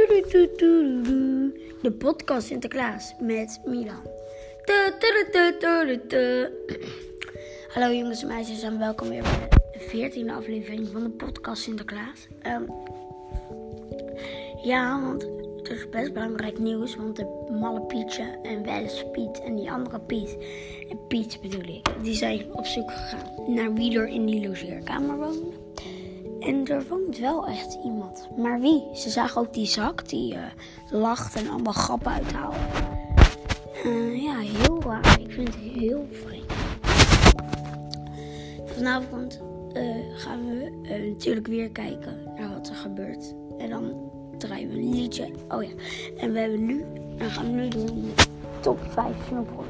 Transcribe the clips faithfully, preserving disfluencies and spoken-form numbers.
De podcast Sinterklaas met Milan. Hallo jongens en meisjes en welkom weer bij de veertiende aflevering van de podcast Sinterklaas. Um, ja, want het is best belangrijk nieuws, want de malle Pietje en Wes Piet en die andere Piet, en Piet bedoel ik, die zijn op zoek gegaan naar wie er in die logeerkamer woont. En er woont wel echt iemand. Maar wie? Ze zagen ook die zak die uh, lacht en allemaal grappen uithaalde. Uh, ja, heel raar. Ik vind het heel vreemd. Vanavond uh, gaan we uh, natuurlijk weer kijken naar wat er gebeurt. En dan draaien we een liedje. Oh ja. En we hebben nu, en gaan we nu doen de top vijf snoepgoed.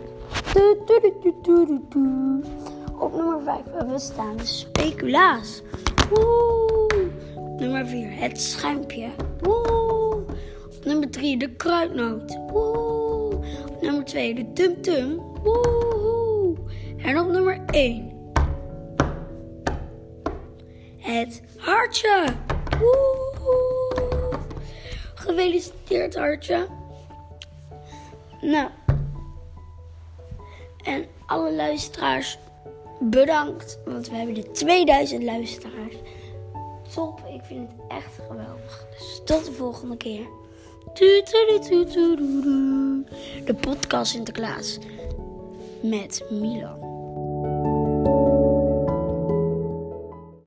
Op nummer vijf hebben we staan de speculaas. Woe! Op nummer vier het schuimpje. Woe! Op nummer drie de kruidnoot. Woe! Op nummer twee de tumtum. Woe! En op nummer één het hartje. Woe! Gefeliciteerd hartje. Nou. En alle luisteraars bedankt, want we hebben de tweeduizend luisteraars. Top, ik vind het echt geweldig. Dus tot de volgende keer. De podcast Sinterklaas met Milan.